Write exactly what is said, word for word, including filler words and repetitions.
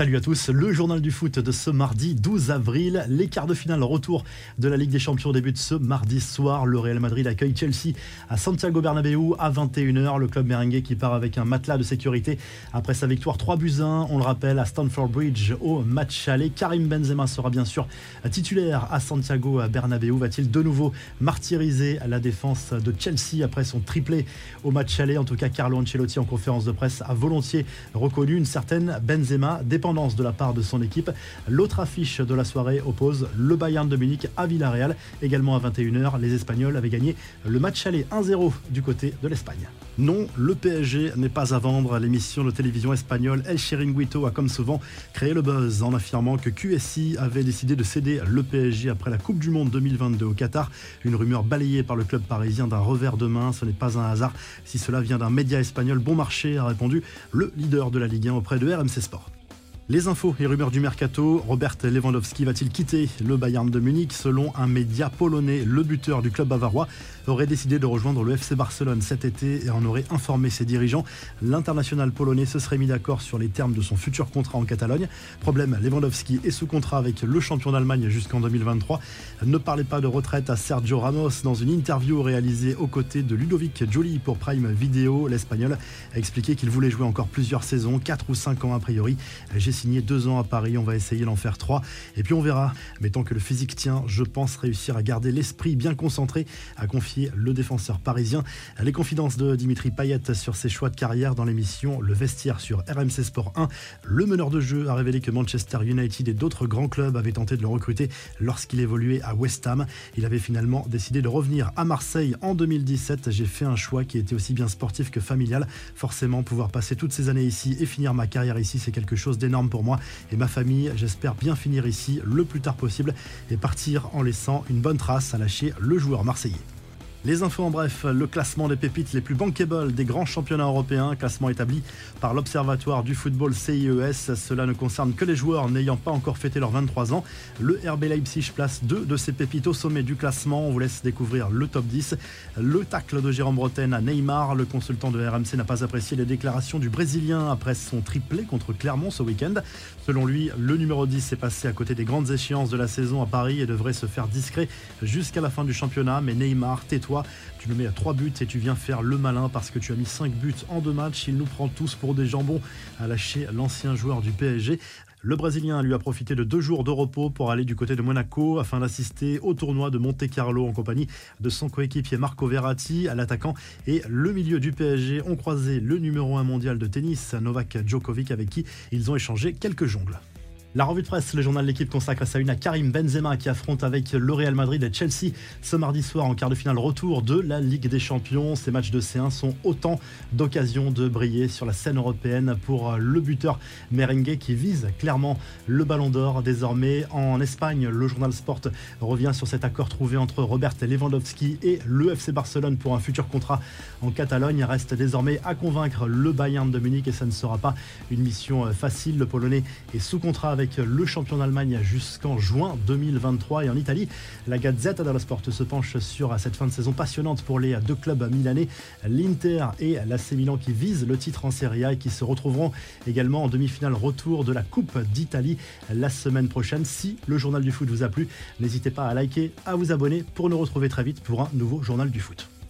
Salut à tous, le journal du foot de ce mardi douze avril. Les quarts de finale retour de la Ligue des Champions débutent ce mardi soir. Le Real Madrid accueille Chelsea à Santiago Bernabéu à vingt et une heures. Le club merengue qui part avec un matelas de sécurité après sa victoire trois buts à un, on le rappelle, à Stamford Bridge au match aller. Karim Benzema sera bien sûr titulaire à Santiago Bernabéu. Va-t-il de nouveau martyriser la défense de Chelsea après son triplé au match aller? En tout cas, Carlo Ancelotti en conférence de presse a volontiers reconnu une certaine Benzema dépendance de la part de son équipe. L'autre affiche de la soirée oppose le Bayern de Munich à Villarreal. Également à vingt et une heures, les Espagnols avaient gagné le match aller un zéro du côté de l'Espagne. Non, le P S G n'est pas à vendre. L'émission de télévision espagnole El Chiringuito a comme souvent créé le buzz en affirmant que Q S I avait décidé de céder le P S G après la Coupe du Monde deux mille vingt-deux au Qatar. Une rumeur balayée par le club parisien d'un revers de main. Ce n'est pas un hasard si cela vient d'un média espagnol bon marché, a répondu le leader de la Ligue un auprès de R M C Sport. Les infos et rumeurs du mercato, Robert Lewandowski va-t-il quitter le Bayern de Munich? Selon un média polonais, le buteur du club bavarois aurait décidé de rejoindre le F C Barcelone cet été et en aurait informé ses dirigeants. L'international polonais se serait mis d'accord sur les termes de son futur contrat en Catalogne. Problème, Lewandowski est sous contrat avec le champion d'Allemagne jusqu'en deux mille vingt-trois. Ne parlez pas de retraite à Sergio Ramos. Dans une interview réalisée aux côtés de Ludovic Giuli pour Prime Video, l'Espagnol a expliqué qu'il voulait jouer encore plusieurs saisons, quatre ou cinq ans a priori. J'ai signé deux ans à Paris, on va essayer d'en faire trois et puis on verra. Mais tant que le physique tient, je pense réussir à garder l'esprit bien concentré, a confié le défenseur parisien. Les confidences de Dimitri Payet sur ses choix de carrière dans l'émission Le Vestiaire sur R M C Sport un. Le meneur de jeu a révélé que Manchester United et d'autres grands clubs avaient tenté de le recruter lorsqu'il évoluait à West Ham. Il avait finalement décidé de revenir à Marseille en deux mille dix-sept. J'ai fait un choix qui était aussi bien sportif que familial. Forcément, pouvoir passer toutes ces années ici et finir ma carrière ici, c'est quelque chose d'énorme pour moi et ma famille. J'espère bien finir ici le plus tard possible et partir en laissant une bonne trace, a lâché le joueur marseillais. Les infos en bref, le classement des pépites les plus bankable des grands championnats européens, classement établi par l'Observatoire du football C I E S. Cela ne concerne que les joueurs n'ayant pas encore fêté leurs vingt-trois ans. Le R B Leipzig place deux de ses pépites au sommet du classement. On vous laisse découvrir le top dix. Le tacle de Jérôme Bretagne à Neymar. Le consultant de R M C n'a pas apprécié les déclarations du Brésilien après son triplé contre Clermont ce week-end. Selon lui, le numéro dix est passé à côté des grandes échéances de la saison à Paris et devrait se faire discret jusqu'à la fin du championnat. Mais Neymar, tais-toi. Tu nous mets à trois buts et tu viens faire le malin parce que tu as mis cinq buts en deux matchs. Il nous prend tous pour des jambons, a lâché l'ancien joueur du P S G. Le Brésilien lui a profité de deux jours de repos pour aller du côté de Monaco afin d'assister au tournoi de Monte-Carlo en compagnie de son coéquipier Marco Verratti. L'attaquant et le milieu du P S G ont croisé le numéro un mondial de tennis, Novak Djokovic, avec qui ils ont échangé quelques jongles. La revue de presse, le journal de l'équipe consacre sa une à Karim Benzema qui affronte avec le Real Madrid et Chelsea ce mardi soir en quart de finale retour de la Ligue des Champions. Ces matchs de C un sont autant d'occasions de briller sur la scène européenne pour le buteur merengue qui vise clairement le Ballon d'Or. Désormais en Espagne, le journal Sport revient sur cet accord trouvé entre Robert Lewandowski et le F C Barcelone pour un futur contrat en Catalogne. Il reste désormais à convaincre le Bayern de Munich et ça ne sera pas une mission facile. Le Polonais est sous contrat avec avec le champion d'Allemagne jusqu'en juin deux mille vingt-trois. Et en Italie, la Gazzetta dello Sport se penche sur cette fin de saison passionnante pour les deux clubs milanais, l'Inter et l'A C Milan qui visent le titre en Serie A et qui se retrouveront également en demi-finale retour de la Coupe d'Italie la semaine prochaine. Si le journal du foot vous a plu, n'hésitez pas à liker, à vous abonner pour nous retrouver très vite pour un nouveau journal du foot.